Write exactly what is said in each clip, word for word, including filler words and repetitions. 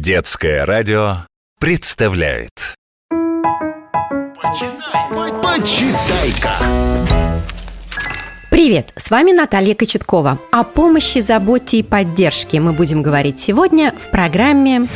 Детское радио представляет Почитай, почитай-ка. Привет, с вами Наталья Кочеткова. О помощи, заботе и поддержке мы будем говорить сегодня в программе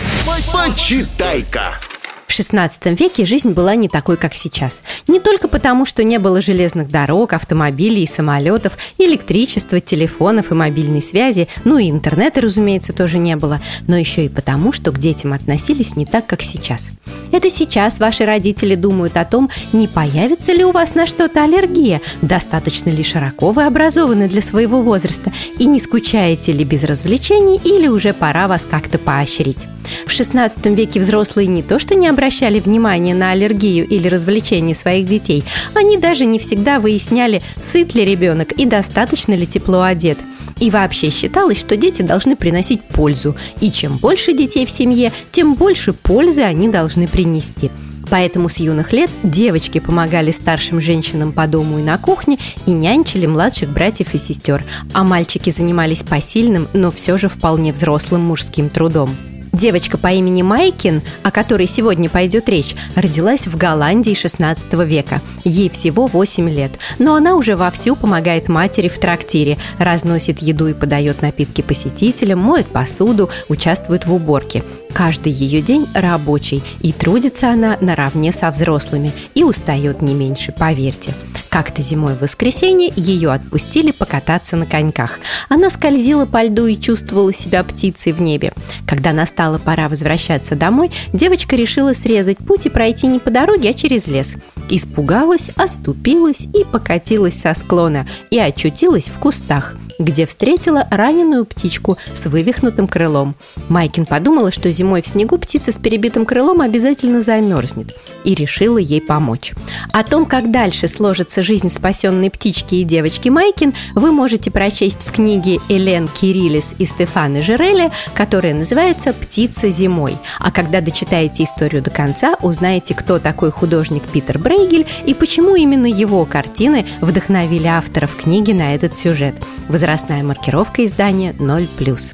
Почитай-ка. В шестнадцатом веке жизнь была не такой, как сейчас. Не только потому, что не было железных дорог, автомобилей и самолетов, электричества, телефонов и мобильной связи, ну и интернета, разумеется, тоже не было, но еще и потому, что к детям относились не так, как сейчас. Это сейчас ваши родители думают о том, не появится ли у вас на что-то аллергия, достаточно ли широко вы образованы для своего возраста и не скучаете ли без развлечений или уже пора вас как-то поощрить. В шестнадцатом веке взрослые не то что не обращали внимания на аллергию или развлечения своих детей, они даже не всегда выясняли, сыт ли ребенок и достаточно ли тепло одет. И вообще считалось, что дети должны приносить пользу, и чем больше детей в семье, тем больше пользы они должны принести. Поэтому с юных лет девочки помогали старшим женщинам по дому и на кухне и нянчили младших братьев и сестер, а мальчики занимались посильным, но все же вполне взрослым мужским трудом. Девочка по имени Майкин, о которой сегодня пойдет речь, родилась в Голландии шестнадцатого века. Ей всего восемь лет, но она уже вовсю помогает матери в трактире, разносит еду и подает напитки посетителям, моет посуду, участвует в уборке. Каждый ее день рабочий, и трудится она наравне со взрослыми, и устает не меньше, поверьте. Как-то зимой в воскресенье ее отпустили покататься на коньках. Она скользила по льду и чувствовала себя птицей в небе. Когда настала пора возвращаться домой, девочка решила срезать путь и пройти не по дороге, а через лес. Испугалась, оступилась и покатилась со склона, и очутилась в кустах, где встретила раненую птичку с вывихнутым крылом. Майкин подумала, что зимой в снегу птица с перебитым крылом обязательно замерзнет, и решила ей помочь. О том, как дальше сложится жизнь спасенной птички и девочки Майкин, вы можете прочесть в книге Элен Кириллис и Стефана Жереля, которая называется «Птица зимой». А когда дочитаете историю до конца, узнаете, кто такой художник Питер Брейгель и почему именно его картины вдохновили авторов книги на этот сюжет. Возрастная маркировка издания ноль плюс.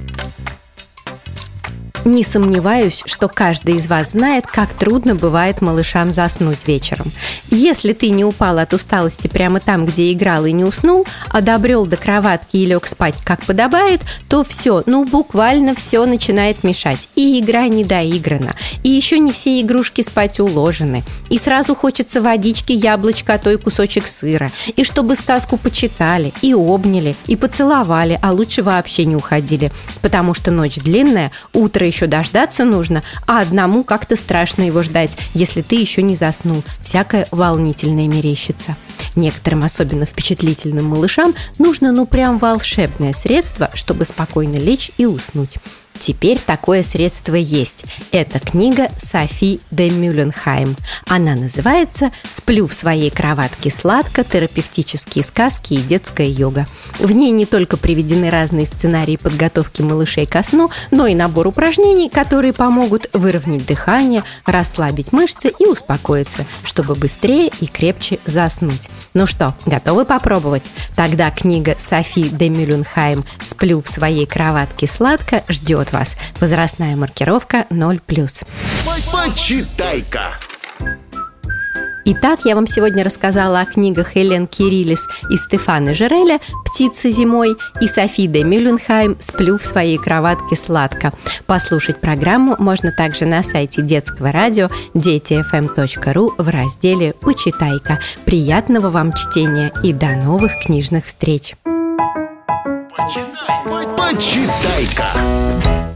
Не сомневаюсь, что каждый из вас знает, как трудно бывает малышам заснуть вечером. Если ты не упал от усталости прямо там, где играл, и не уснул, а добрел до кроватки и лег спать как подобает, то все, ну буквально все начинает мешать. И игра недоиграна, и еще не все игрушки спать уложены, и сразу хочется водички, яблочко, а то и кусочек сыра, и чтобы сказку почитали, и обняли, и поцеловали, а лучше вообще не уходили, потому что ночь длинная, утро еще дождаться нужно, а одному как-то страшно его ждать, если ты еще не заснул. Всякое волнительное мерещится. Некоторым, особенно впечатлительным малышам, нужно ну прям волшебное средство, чтобы спокойно лечь и уснуть. Теперь такое средство есть. Это книга Софи де Мюлленхайм. Она называется «Сплю в своей кроватке сладко. Терапевтические сказки и детская йога». В ней не только приведены разные сценарии подготовки малышей ко сну, но и набор упражнений, которые помогут выровнять дыхание, расслабить мышцы и успокоиться, чтобы быстрее и крепче заснуть. Ну что, готовы попробовать? Тогда книга Софи де Мюлленхайм «Сплю в своей кроватке сладко» ждет вас. Возрастная маркировка ноль плюс. Почитай-ка. Итак, я вам сегодня рассказала о книгах Элен Кириллис и Стефана Жереля «Птица зимой» и Софи де Мюлленхайм «Сплю в своей кроватке сладко». Послушать программу можно также на сайте детского радио дети эф эм точка ру в разделе «Почитай-ка». Приятного вам чтения и до новых книжных встреч! Почитай, почитай-ка.